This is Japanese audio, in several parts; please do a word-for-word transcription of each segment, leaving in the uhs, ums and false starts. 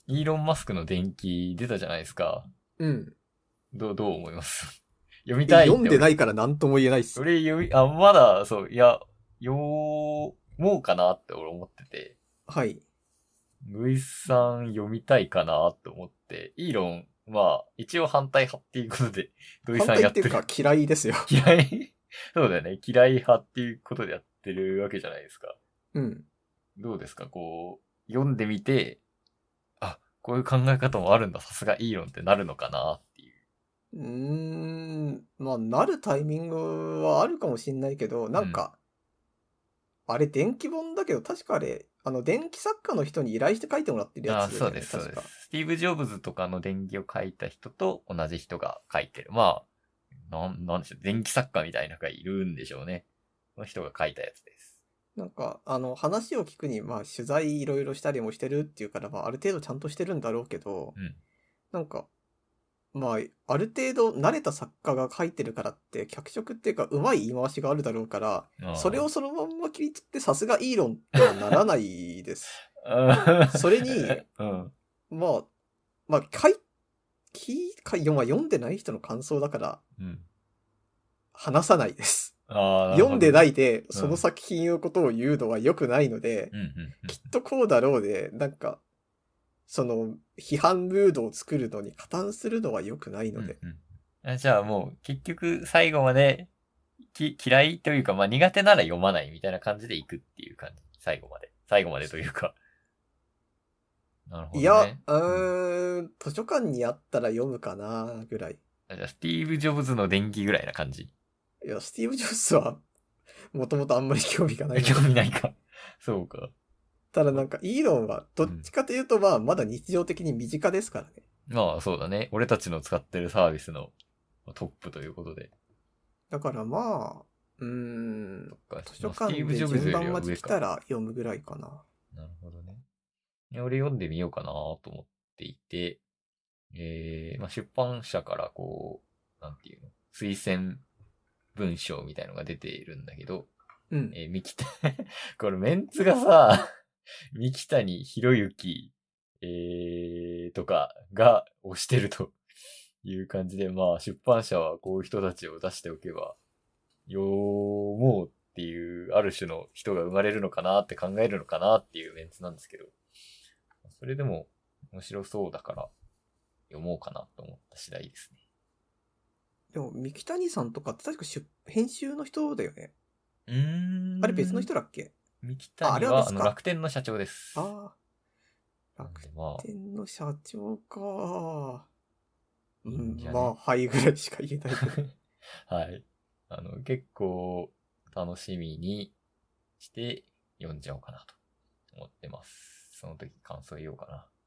イーロン・マスクの伝記出たじゃないですか。 うん。 どう、どう思います？読みたいって。 読んでないから何とも言えないっす。 俺読み、あ、まだ、そう、いや、読もうかなって俺思ってて。 はい。 ルイスさん読みたいかなって思って、イーロン、まあ、一応反対派っていうことで、土井反さんやってる。 対っていうか嫌いですよ。 嫌いそうだよね。嫌い派っていうことでやってるわけじゃないですか。 うん。 どうですかこう、読んでみて、あ、こういう考え方もあるんだ。さすがイーロンってなるのかなっていう。 うーん。まあ、なるタイミングはあるかもしんないけど、なんか、あれ電気本だけど、確かあれ、あの、電気作家の人に依頼して書いてもらってるやああ、 つだよね、 そうです、そう確か。 です。スティーブ・ジョブズとかの伝記を書いた人と同じ人が書いてる。まあ、なん、なんでしょう。伝記作家みたいなのがいるんでしょうね。その人が書いたやつです。 なんか、あの、話を聞くに、まあ、取材いろいろしたりもしてるっていうから、まあ、ある程度ちゃんとしてるんだろうけど、 うん。 なんか、まあ、ある程度慣れた作家が書いてるからって、脚色っていうか、うまい言い回しがあるだろうから、それあをそのまんま切り取ってさすがイーロンってはならないです。 あ。 それに、 うん。 まあ、まあ、書い、き、か、まあ読んでない人の感想だから、 うん。 話さないです。 ああ、なる読んでほどね。 ないで、 うん。 その作品のことを言うのは良くないので、 うん、うん、うん。 きっとこうだろうで、なんか、その、批判ムードを作るのに加担するのは良くないうん、 ので。 うん。あじゃあもう、結局、最後まで、き、嫌いというか、まあ苦手なら読まないみたいな感じでいくっていう感じ。最後まで。最後までというか。なるほいや、 どね。 ううん。 ーん、図書館にあったら読むかな、ぐらい。 じゃあ、スティーブ・ジョブズの伝記ぐらいな感じ。 いや、スティーブ・ジョブズは、もともとあんまり興味がないの興で。 味ないか。そうか。 ただなんか、イーロンは、どうん。 っちかというと、まあ、まだ日常的に身近ですからね。 まあ、そうだね。俺たちの使ってるサービスのトップということで。 だからまあ、うーん、 そっか。 図書まあ、スティーブ・館でジョブズより順番は上か。 待ち来たら読むぐらいかな。 なるほどね。いや俺読んでみようかなと思っていて、えー、まあ、出版社からこう、なんていうの、推薦文章みたいのが出ているんだけど、 うん。 えー、三木谷これメンツがさ、三木谷博之、えー、とかが推してるという感じで、まあ出版社はこういう人たちを出しておけば、読もうっていう、ある種の人が生まれるのかなって考えるのかなっていうメンツなんですけど、それでも面白そうだから読もうかなと思った次第ですね。 でも、三木谷さんとかって確か出編集の人だよね。 うーあれ別のん。 人だっけ？ 三木あ、あれは谷は、あの、 別か。 楽天の社長です。 ああ、楽なんでま天の社長か。 あ、いいんうん、 じゃね。 まあ、はいぐらいしか言えないけど。 はい。あの、結構楽しみにして読んじゃおうかなと思ってます。その時感想言おうかな。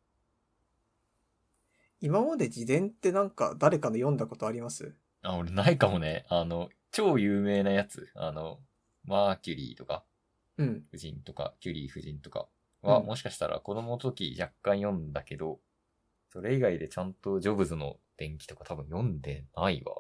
今まで自伝ってなんか誰かの読んだことあります？ あ、俺ないかもね。あの、超有名なやつ。あの、マーキュリーとか、 うん、 夫人とか、キュリー夫人とかは、 うん。 もしかしたら子供の時若干読んだけど、それ以外でちゃんとジョブズの伝記とか多分読んでないわ。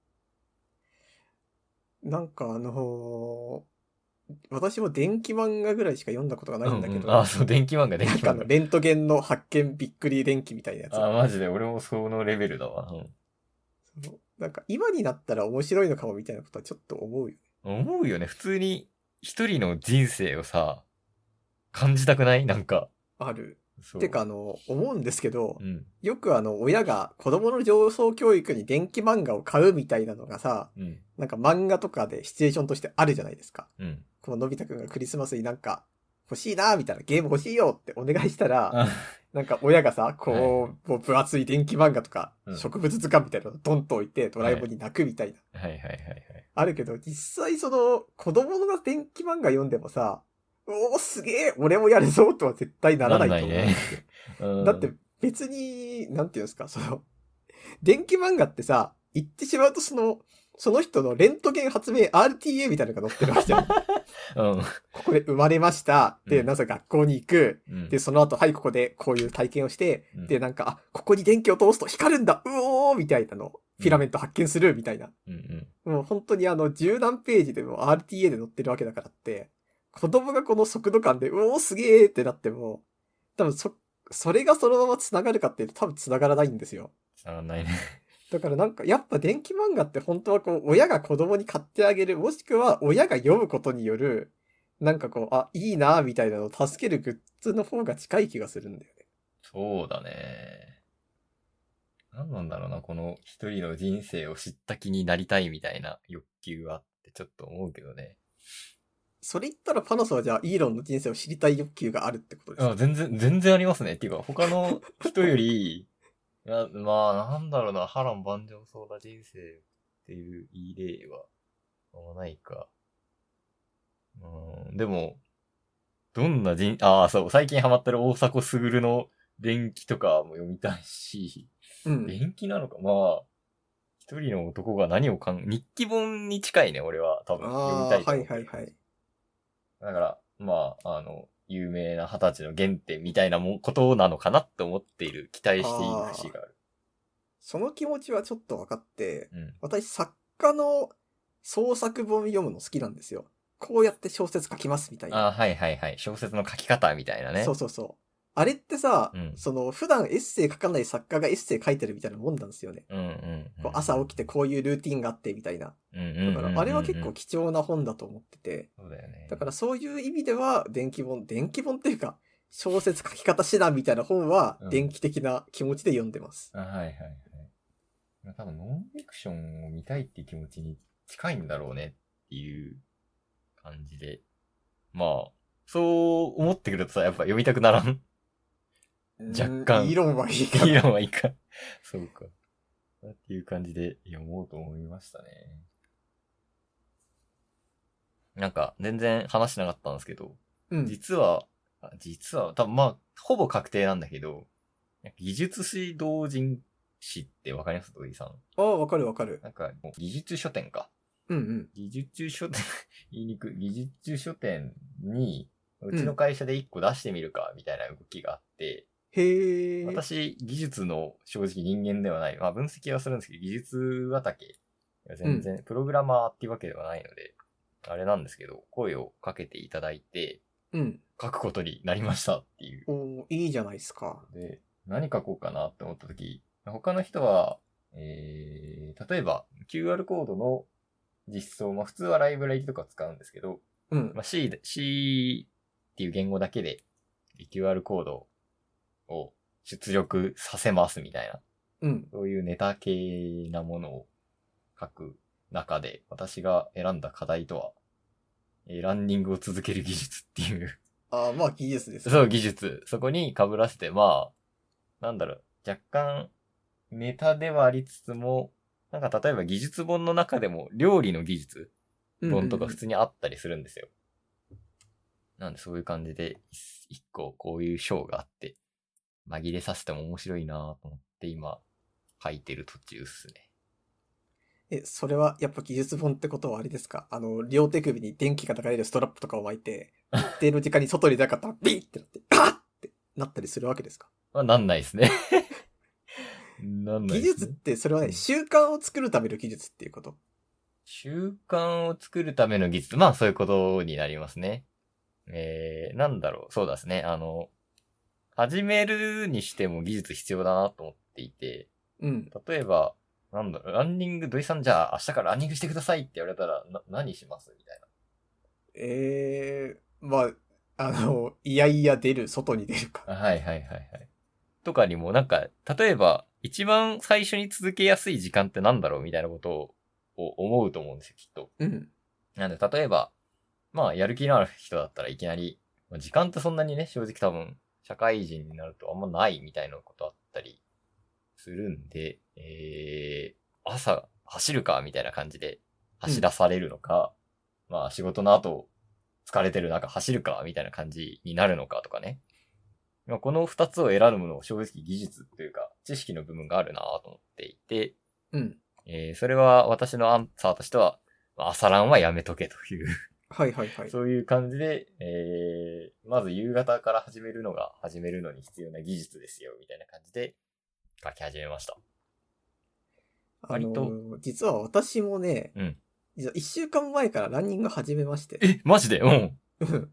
なんかあのー私も電気漫画ぐらいしか読んだことがないんだけうんうん。あ、 ど、 そう、電気漫画、電なん気漫画。 かあの、レントゲンの発見びっくり電気みたいなやつ。 あ、マジで、俺もそのレベルだわ。 そうなんか今になったら面白いのかもみたいなことはちょっと思うよね。 うん。思うよね。普通に、一人の人生をさ、感じたくないなんか。 ある。てかそあの、思うんですけう。 ど、 うん。 よくあの、親が子供の上層教育に電気漫画を買うみたいなのがさ、 うん。 なんか漫画とかでシチュエーションとしてあるじゃないですか。 うん。 こののび太くんがクリスマスになんか欲しいなみたいなゲーム欲しいよってお願いしたら、 あ、 なんか親がさ、 はいはい。 こう、もう分厚い電気漫画とかうん。 植物図鑑みたいなのドンと置いてドラはい。 えもんに泣くみたいな。 はいはいはいはい。 あるけど、実際その子供の電気漫画読んでもさ、おーすげえ俺もやるぞとは絶対ならなんないとないね。 思うんですよ。 うだってん。 別に、なんていうんですか、その、電気漫画ってさ、言ってしまうとその、その人のレントゲン発明 アールティーエー みたいなのが載ってるわけじゃん。 うん。 ここで生まれました。で、 うん。 なぜ学校に行く。 うん。 で、その後、はい、ここでこういう体験をして、 うん。 で、なんか、あ、ここに電気を通すと光るんだうおーみたいなの。フィラメント発見するみたいな。 うん。 もう本当にあの、十何ページでも アールティーエー で載ってるわけだからって、子供がこの速度感で、うおーすげーってなっても、多分そ、 それがそのまま繋がるかっていうと多分繋がらないんですよ。 繋がんないね。 だからなんか、やっぱ電気漫画って本当はこう、親が子供に買ってあげる、もしくは親が読むことによる、なんかこう、あ、いいなぁみたいなのを助けるグッズの方が近い気がするんだよね。 そうだね。何なんだろうな、この一人の人生を知った気になりたいみたいな欲求はってちょっと思うけどね。 それ言ったらパノスはじゃあイーロンの人生を知りたい欲求があるってことですか？ あ、全然、全然ありますね。っていうか、他の人より、いや、まあ、なんだろうな、波乱万丈そうな人生っていういい例は、あんまないか。うん、でも、どんな人、ああ、そう、最近ハマってる大迫傑の伝記とかも読みたいし、 うん。 伝記なのか、まあ、一人の男が何を考え、日記本に近いね、俺は多分読みたああ、はいいと思ってる。 はいはい。 だから、まあ、あの、有名な二十歳の原点みたいなもことなのかなって思っている、期待している節がある。 その気持ちはちょっと分かって、 うん。 私作家の創作本読むの好きなんですよ。こうやって小説書きますみたいな。 ああ、はいはいはい。小説の書き方みたいなね。 そうそうそう。あれってさ、 うん。 その普段エッセイ書かない作家がエッセイ書いてるみたいなもんなんですよね。 うんうん、うん。 こう朝起きてこういうルーティンがあってみたいな。 うんうんうんうんうん。 だからあれは結構貴重な本だと思ってて。 そうだよね。 だからそういう意味では電気本、電気本っていうか小説書き方指南みたいな本は電気的な気持ちで読んでます。 うん、あ、はいはいはい。多分ノンフィクションを見たいっていう気持ちに近いんだろうねっていう感じで。まあ、そう思ってくるとさ、やっぱ読みたくならん若干。 イーロンはいいかな。 イーロンはいいか。そうか。っていう感じで読もうと思いましたね。なんか、全然話しなかったんですけど、 うん、 実は、実は、多分まあ、ほぼ確定なんだけど、技術史同人誌ってわかります土井さん。 ああ、わかるわかる。 なんか、技術書店か。 うんうん。 技術書店言いにくい。技術書店に、うちの会社で一個出してみるか、みたいな動きがあって、 うん、へえ。 私、技術の正直人間ではない。まあ分析はするんですけど、技術畑。全然、プログラマーっていうわけではないので、あれなんですけど、声をかけていただいて、 うん。 書くことになりましたっていう。 おー、いいじゃないですか。 で、何書こうかなって思ったとき、他の人は、えー、例えば キューアール コードの実装、まあ普通はライブラリとか使うんですけど、 うん。 まあ C で、C っていう言語だけで キューアール コードを出力させますみたいな、 うん。 そういうネタ系なものを書く中で、私が選んだ課題とは、えーランニングを続ける技術っていうああ、まあ技術ですね。 そう、技術。そこに被らせて、まあ、なんだろう、若干、ネタではありつつも、なんか例えば技術本の中でも料理の技術本とか普通にあったりするんですよ。うんうんうん、なんでそういう感じで、一個こういう章があって、紛れさせても面白いなと思って今、書いてる途中っすね。 え、それはやっぱ技術本ってことはあれですか？あの、両手首に電気が流れるストラップとかを巻いて、一定の時間に外に出なかったらビーってなって、ガーってなったりするわけですか？ まあ、なんないですね。なんないですね。 技術ってそれはね、習慣を作るための技術っていうこと？ 習慣を作るための技術。まあそういうことになりますね。えー、なんだろう。そうですね。あの、始めるにしても技術必要だなと思っていて、 うん。 例えば、なんだろう、ランニング、土井さんじゃあ明日からランニングしてくださいって言われたら、な、何しますみたいな。 えー、まあ、あの、いやいや出る、外に出るか。 はいはいはいはい。とかにも、なんか、例えば、一番最初に続けやすい時間ってなんだろうみたいなことを思うと思うんですよ、きっと。 うん。 なんで、例えば、まあ、やる気のある人だったらいきなり、時間ってそんなにね、正直多分、社会人になるとあんまないみたいなことあったりするんで、えー、朝走るかみたいな感じで走らされるのか、うん、まあ仕事の後疲れてる中走るかみたいな感じになるのかとかね。まあ、この二つを選ぶのを正直技術というか知識の部分があるなと思っていて、 うん。 えー、それは私のアンサーとしては、朝ランはやめとけというはいはいはい。 そういう感じで、えー、まず夕方から始めるのが始めるのに必要な技術ですよ、みたいな感じで書き始めました。 あの、実は私もね、 うん。 実は一週間前からランニング始めまして。 え、マジでうん。 うん。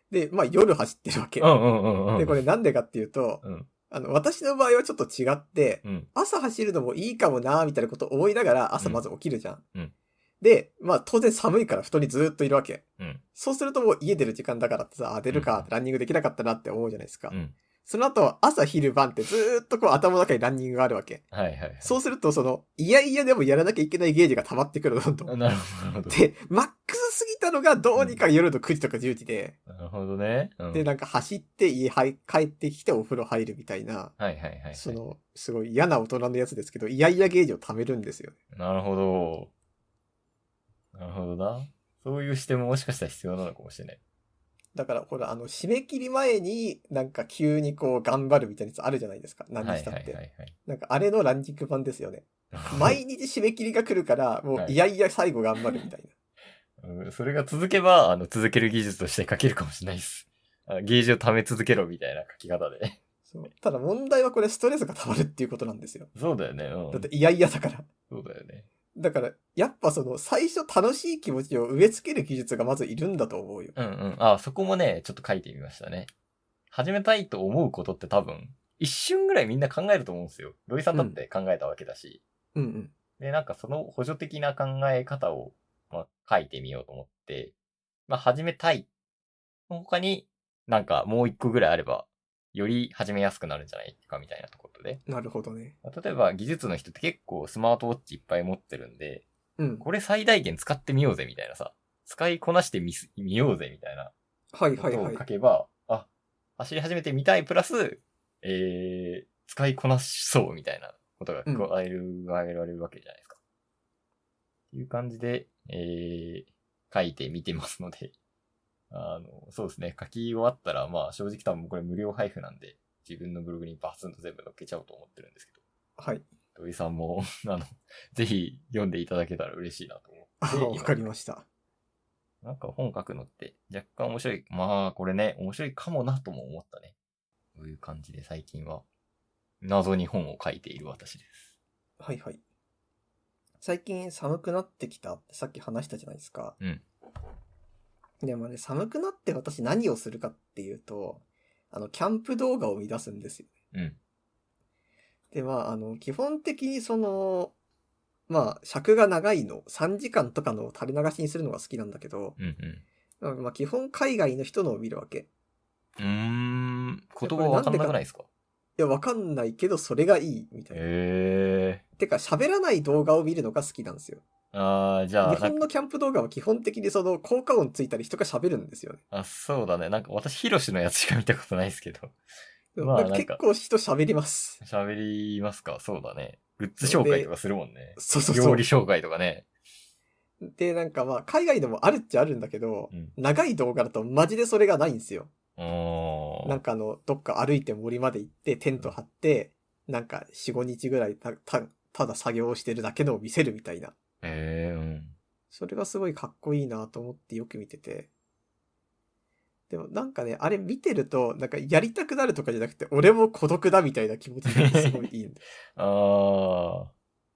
で、まあ夜走ってるわけ。 うんうんうんうん。 で、これなんでかっていうと、 うん。 あの、私の場合はちょっと違って、 うん。 朝走るのもいいかもなーみたいなことを思いながら朝まず起きるじゃん。 うんうんで、まあ当然寒いから布団にずーっといるわけ。 うん。 そうするともう家出る時間だからってさ、あ、出るかってランニングできなかったなって思うじゃないですか。 うん。 その後、朝昼晩ってずーっとこう頭の中にランニングがあるわけ。 はいはいはい。 そうすると、その、いやいやでもやらなきゃいけないゲージが溜まってくるの、どんどん。 なるほど、なるほど。 で、マックス過ぎたのがどうにか夜のくじとかじゅうじで、 なるほどね。うん、 で、なんか走って家入帰ってきてお風呂入るみたいな、 はいはいはい、はい。 その、すごい嫌な大人のやつですけど、いやいやゲージを貯めるんですよ。 なるほど。なるほどな。そういう視点ももしかしたら必要なのかもしれない。 だから、ほら、あの、締め切り前になんか急にこう頑張るみたいなやつあるじゃないですか。何したって。 はいはいはい、はい。 なんかあれのランニング版ですよね。毎日締め切りが来るから、もういやいや最後頑張るみたいな。 はい、うん、それが続けば、あの、続ける技術として書けるかもしれないです。ゲージを貯め続けろみたいな書き方で。 そう。ただ問題はこれストレスが溜まるっていうことなんですよ。 そうだよね。うん。 だっていやいやだから。 そうだよね。 だから、やっぱその、最初楽しい気持ちを植え付ける技術がまずいるんだと思うよ。 うんうん。あ、そこもね、ちょっと書いてみましたね。始めたいと思うことって多分、一瞬ぐらいみんな考えると思うんですよ。土井さんだって考えたわけだし。 うんうん。 で、なんかその補助的な考え方を、まあ、書いてみようと思って、まあ、始めたい。他になんかもう一個ぐらいあれば、より始めやすくなるんじゃないかみたいなところで。 なるほどね。 例えば技術の人って結構スマートウォッチいっぱい持ってるんで、 うん。 これ最大限使ってみようぜみたいなさ、使いこなしてみす、みようぜみたいなはいはいはいことを書。けば、あ、走り始めてみたいプラス、えー、使いこなしそうみたいなことがうん加える、加えられるわけじゃないですか。っていう感じで、えー、書いてみてますので、あの、そうですね。書き終わったら、まあ正直多分これ無料配布なんで、自分のブログにバツンと全部載っけちゃおうと思ってるんですけど。 はい。 土井さんも、あの、ぜひ読んでいただけたら嬉しいなと思って。 あ、わかりました。 なんか本書くのって若干面白い。まあこれね、面白いかもなとも思ったね。こういう感じで最近は、謎に本を書いている私です。 はいはい。最近寒くなってきたってさっき話したじゃないですか。 うん。 でもね、寒くなって私何をするかっていうと、あの、キャンプ動画を見出すんですよ。 うん。 で、まあ、あの、基本的にその、まあ、尺が長いの、さんじかんとかの垂れ流しにするのが好きなんだけど、 うんうん。 まあ、基本海外の人のを見るわけ。 うーん。言葉わかんなくないですか？ いや、わかんないけど、それがいい、みたいな。 へてか、喋らない動画を見るのが好きなんですよ。 ー。あー、じゃあ、 日本のキャンプ動画は基本的にその効果音ついたり人が喋るんですよね。 あ、そうだね。なんか私、ヒロシのやつしか見たことないですけど。まあなんか結構人喋ります。 喋りますか？そうだね。グッズ紹介とかするもんね。 そうそうそう。 料理紹介とかね。 で、なんかまあ、海外でもあるっちゃあるんだけど、 うん、 長い動画だとマジでそれがないんですよ。 おー。 なんかあの、どっか歩いて森まで行ってテント張って、なんかよん、ごにちぐらいた、た、ただ作業をしてるだけのを見せるみたいな。 へー、うん。 それがすごいかっこいいなと思ってよく見てて。でもなんかね、あれ見てると、なんかやりたくなるとかじゃなくて、俺も孤独だみたいな気持ちになってすごいいいんだ。 あー。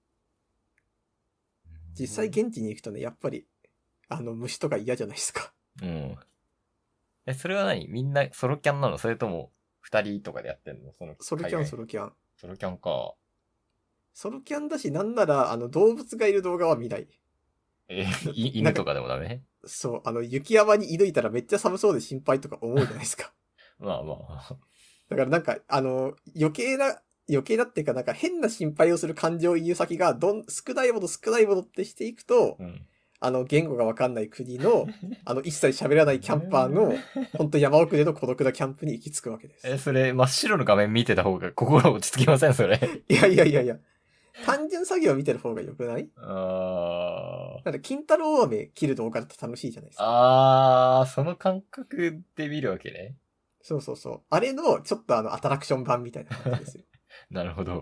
実際現地に行くとね、やっぱり、あの、虫とか嫌じゃないですか。 うん。え、それは何？みんなソロキャンなの？それとも二人とかでやってんの？そのソロキャン、ソロキャン。 ソロキャンか。 ソロキャンだし、なんなら、あの、動物がいる動画は見ない。 えー、犬とかでもダメ？ そう、あの、雪山に犬いたらめっちゃ寒そうで心配とか思うじゃないですか。 まあまあ。 だからなんか、あの、余計な、余計だっていうかなんか変な心配をする感情移入先がどん、少ないもの少ないものってしていくと、 うん、 あの、言語がわかんない国の、あの、一切喋らないキャンパーの、ほんと山奥での孤独なキャンプに行き着くわけです。 え、それ、真っ白の画面見てた方が心落ち着きません？それ。 いやいやいやいや。単純作業を見てる方が良くない？ あー。 なんか、金太郎飴切る動画だと楽しいじゃないですか。 あー、その感覚で見るわけね。 そうそうそう。あれの、ちょっとあの、アトラクション版みたいな感じですよ。 なるほど。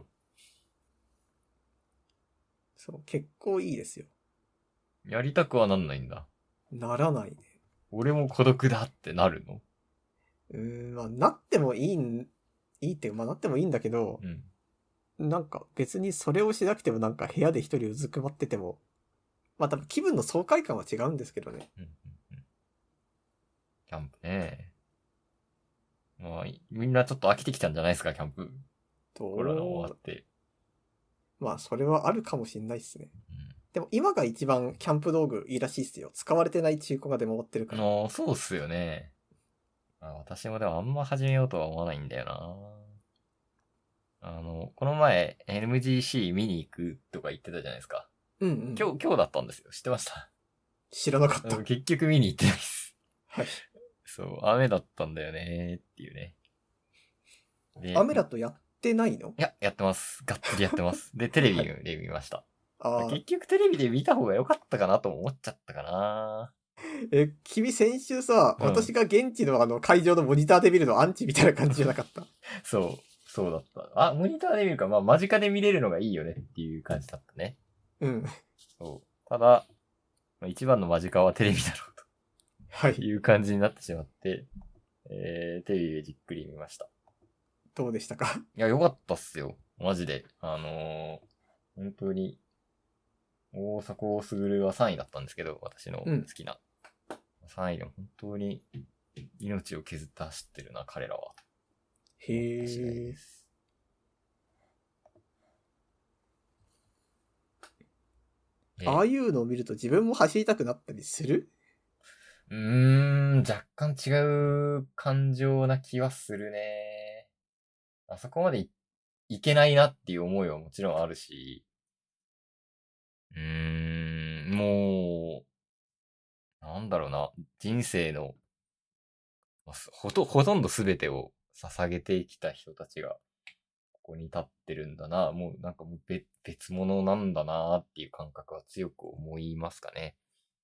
そう、結構いいですよ。 やりたくはなんないんだ。 ならないね。 俺も孤独だってなるの？ うーん、まあ、なってもいいん、いいっていうか、まあ、なってもいいんだけど、 うん。 なんか別にそれをしなくてもなんか部屋で一人うずくまってても、まあ多分気分の爽快感は違うんですけどね。 うんうんうん。キャンプね。 まあ、みんなちょっと飽きてきたんじゃないですか、キャンプ。 どコロナ終わうっ、て。 まあ、それはあるかもしんないっすね。 うんでも今が一番キャンプ道具いいらしいっすよ。使われてない中古が出回ってるから。 あの、そうっすよね。あ、私もでもあんま始めようとは思わないんだよな。あの、この前 エムジーシー 見に行くとか言ってたじゃないですか。 うんうん。 今日、今日だったんですよ。知ってました知らなかった。 結局見に行ってないです。 はい。 そう、雨だったんだよねっていうね。で雨だとやってないの？ いや、やってます。がっつりやってます。で、テレビはいで見ました。 ああ。 結局テレビで見た方が良かったかなと思っちゃったかな。 え、君先週さ、 うん私が現地のあの会場のモニターで見るのアンチみたいな感じじゃなかった？ そう、そうだった。あ、モニターで見るか、まあ間近で見れるのがいいよねっていう感じだったね。 うん。 そう。ただ、まあ一番の間近はテレビだろうはい。 という感じになってしまって、えー、テレビでじっくり見ました。 どうでしたか？ いや、良かったっすよ。マジで。あのー、本当に、大迫傑はさんいだったんですけど、私の好きな。うん、さんいでも本当に命を削って走ってるな、彼らは。 へー。ああいうのを見ると自分も走りたくなったりする？ うーん、若干違う感情な気はするね。あそこまで い, いけないなっていう思いはもちろんあるし、うーん、もう、なんだろうな、人生の、ほと、ほとんど全てを捧げてきた人たちが、ここに立ってるんだな、もうなんかもう別、別物なんだなっていう感覚は強く思いますかね。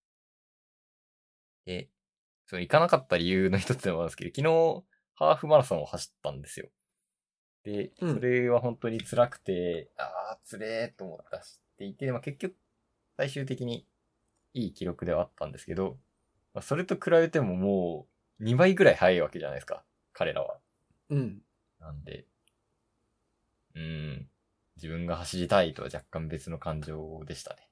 で、そう、行かなかった理由の一つでもあるんですけど、昨日、ハーフマラソンを走ったんですよ。で、それは本当に辛くて、うん、あー、つれーと思って走っていて、まあ、結局、最終的にいい記録ではあったんですけど、まあ、それと比べてももう、にばいぐらい速いわけじゃないですか、彼らは。 うん。 なんで、うーん、自分が走りたいとは若干別の感情でしたね。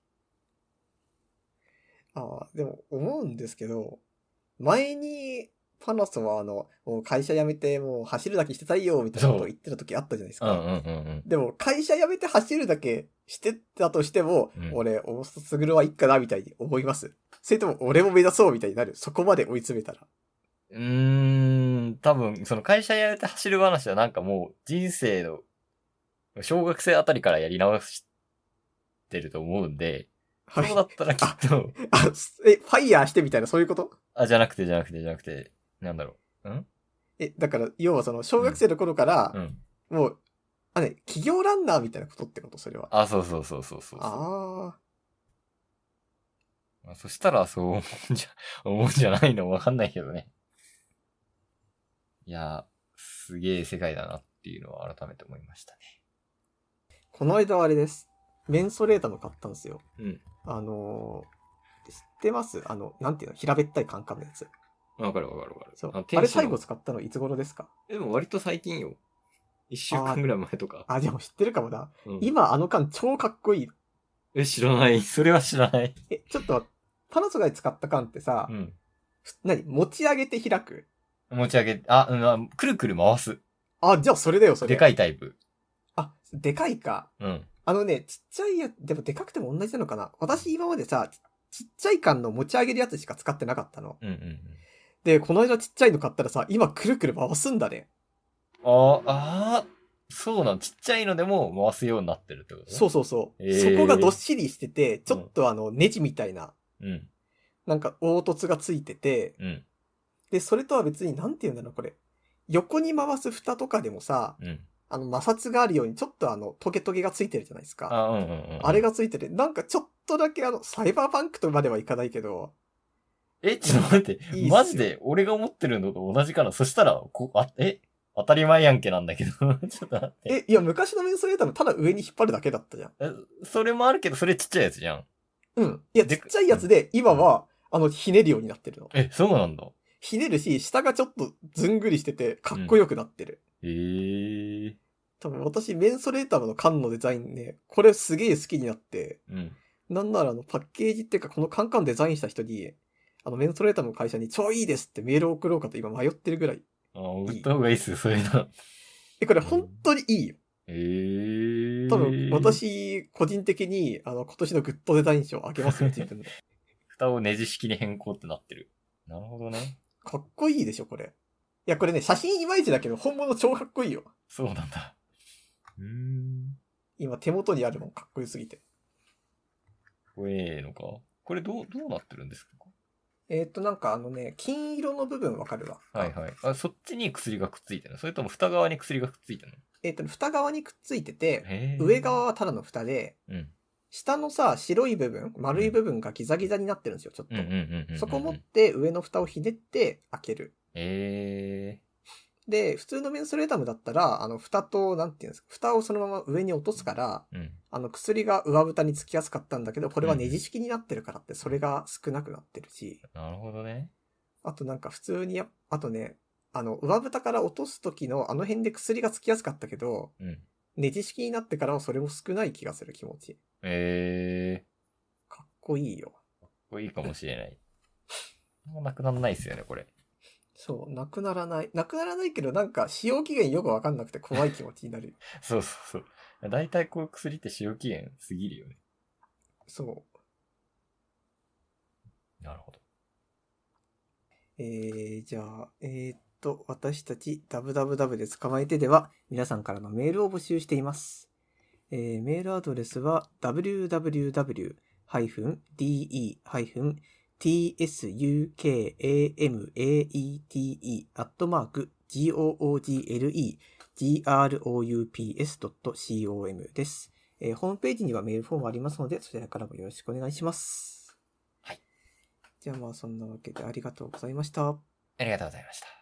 ああ、でも思うんですけど、前にパナソはあの、もう会社辞めてもう走るだけしてたいよみたいなことを言ってた時あったじゃないですか。 うんうんうんうん。 でも会社辞めて走るだけしてたとしても、うん、俺、大里卓はいっかなみたいに思います。それとも俺も目指そうみたいになる。そこまで追い詰めたら。 うーん、多分、その会社辞めて走る話はなんかもう人生の小学生あたりからやり直してると思うんで、はい、そうだったらきっと。 あ、あ、え、ファイヤーしてみたいなそういうこと？ あ、じゃなくてじゃなくてじゃなくて、なんだろう。んえ、だから、要はその、小学生の頃から、うんうん、もう、あ、ね、企業ランナーみたいなことってことそれは。 あ、そうそうそうそうそう。 ああ。そしたら、そう思うんじゃ、思うんじゃないのわかんないけどね。いや、すげえ世界だなっていうのは改めて思いましたね。 この間はあれです。メンソレーターの買ったんですよ。 うん。 あのー、知ってますあの、なんていうの平べったいカンカンのやつ。 わかるわかるわかる。 そう。あ, あれ最後使ったのいつ頃ですか？ でも割と最近よ。一週間ぐらい前とか。 あ、あでも知ってるかもな。うん、今あの缶超かっこいい。 え、知らない。それは知らない。 え、ちょっと、パナソガで使った缶ってさ、うん。何持ち上げて開く？ 持ち上げ、あ、うん、くるくる回す。 あ、じゃあそれだよ、それ。 でかいタイプ。 あ、でかいか。うん。あのね、ちっちゃいや、でもでかくても同じなのかな。私今までさ、ちっちゃい缶の持ち上げるやつしか使ってなかったの。うんうんうん。で、この間ちっちゃいの買ったらさ、今くるくる回すんだね。 ああ、そうなん、ちっちゃいのでも回すようになってるってことね。 そうそうそう。えー、そこがどっしりしてて、ちょっとあの、ネジみたいな。うん。なんか凹凸がついてて、うん。で、それとは別に、なんて言うんだろう、これ。横に回す蓋とかでもさ、うん。あの、摩擦があるように、ちょっとあの、トゲトゲがついてるじゃないですか。あ、うんうんうん、あれがついてて、なんかちょっとだけあの、サイバーパンクとまではいかないけど。 え、ちょっと待って。いいマジで、俺が思ってるのと同じかな。そしたら、こあ、え当たり前やんけなんだけど。ちょっと待って。 え、いや、昔のメンソレーターのただ上に引っ張るだけだったじゃん。 え、それもあるけど、それちっちゃいやつじゃん。 うん。いや、ちっちゃいやつで、今は、うん、あの、ひねるようになってるの。 え、そうなんだ。 ひねるし、下がちょっとずんぐりしてて、かっこよくなってる。 うん、へー。 多分私、メンソレーターの缶のデザインね、これすげえ好きになって、うん。なんならあの、パッケージっていうか、この缶々デザインした人に、あの、メンソレーターの会社に超いいですってメールを送ろうかと今迷ってるぐらい。 ああ、売った方がいいっすよ、そういうの。 え、これ本当にいいよ。 えー。 多分、私、個人的に、あの、今年のグッドデザイン賞あげますよ、自分で。 蓋をネジ式に変更ってなってる。なるほどね。 かっこいいでしょ、これ。いや、これね、写真いまいちだけど、本物超かっこいいよ。 そうなんだ。うーん。 今、手元にあるもん、かっこよすぎて。 これええのか。これどう、どうなってるんですか？ えーっと、なんかあのね、金色の部分わかるわ。 はいはい。あ、そっちに薬がくっついてるの？それとも蓋側に薬がくっついてるの？ えーっと、蓋側にくっついてて、 へー上側はただの蓋で、 うん。 下のさ、白い部分、丸い部分がギザギザになってるんですよ、ちょっと。 うんうんうんうんうん。 そこ持って上の蓋をひねって開ける。 えで、普通のメンソレータムだったら、あの、蓋と、なんていうんですか、蓋をそのまま上に落とすから、 ー。うん。 あの、薬が上蓋につきやすかったんだけど、これはネジ式になってるからって、それが少なくなってるし、 なるほどね。 あとなんか普通にや、あとね、あの、上蓋から落とす時のあの辺で薬がつきやすかったけど、 うん。 ネジ式になってからはそれも少ない気がする気持ち。 えー。 かっこいいよ。 これいいかもしれない。もうなくならないっすよね、これ。 そう、なくならない。なくならないけど、なんか使用期限よくわかんなくて怖い気持ちになる。 そうそうそう。だいたいこういう薬って使用期限過ぎるよね。 そなるほど。 う。えー、じゃあ、えー、っと、私たち、ダブダブダブで捕まえてでは、皆さんからのメールを募集しています。えー、メールアドレスは、ダブリューダブリューダブリュー ディーイー ティーエスユーケーエーエムエーイーティーイー アットマーク ジーオーオージーエルイージーアールオーユーピーエスドットコム です、えー。ホームページにはメールフォームありますので、そちらからもよろしくお願いします。 はい。 じゃあまあそんなわけでありがとうございました。 ありがとうございました。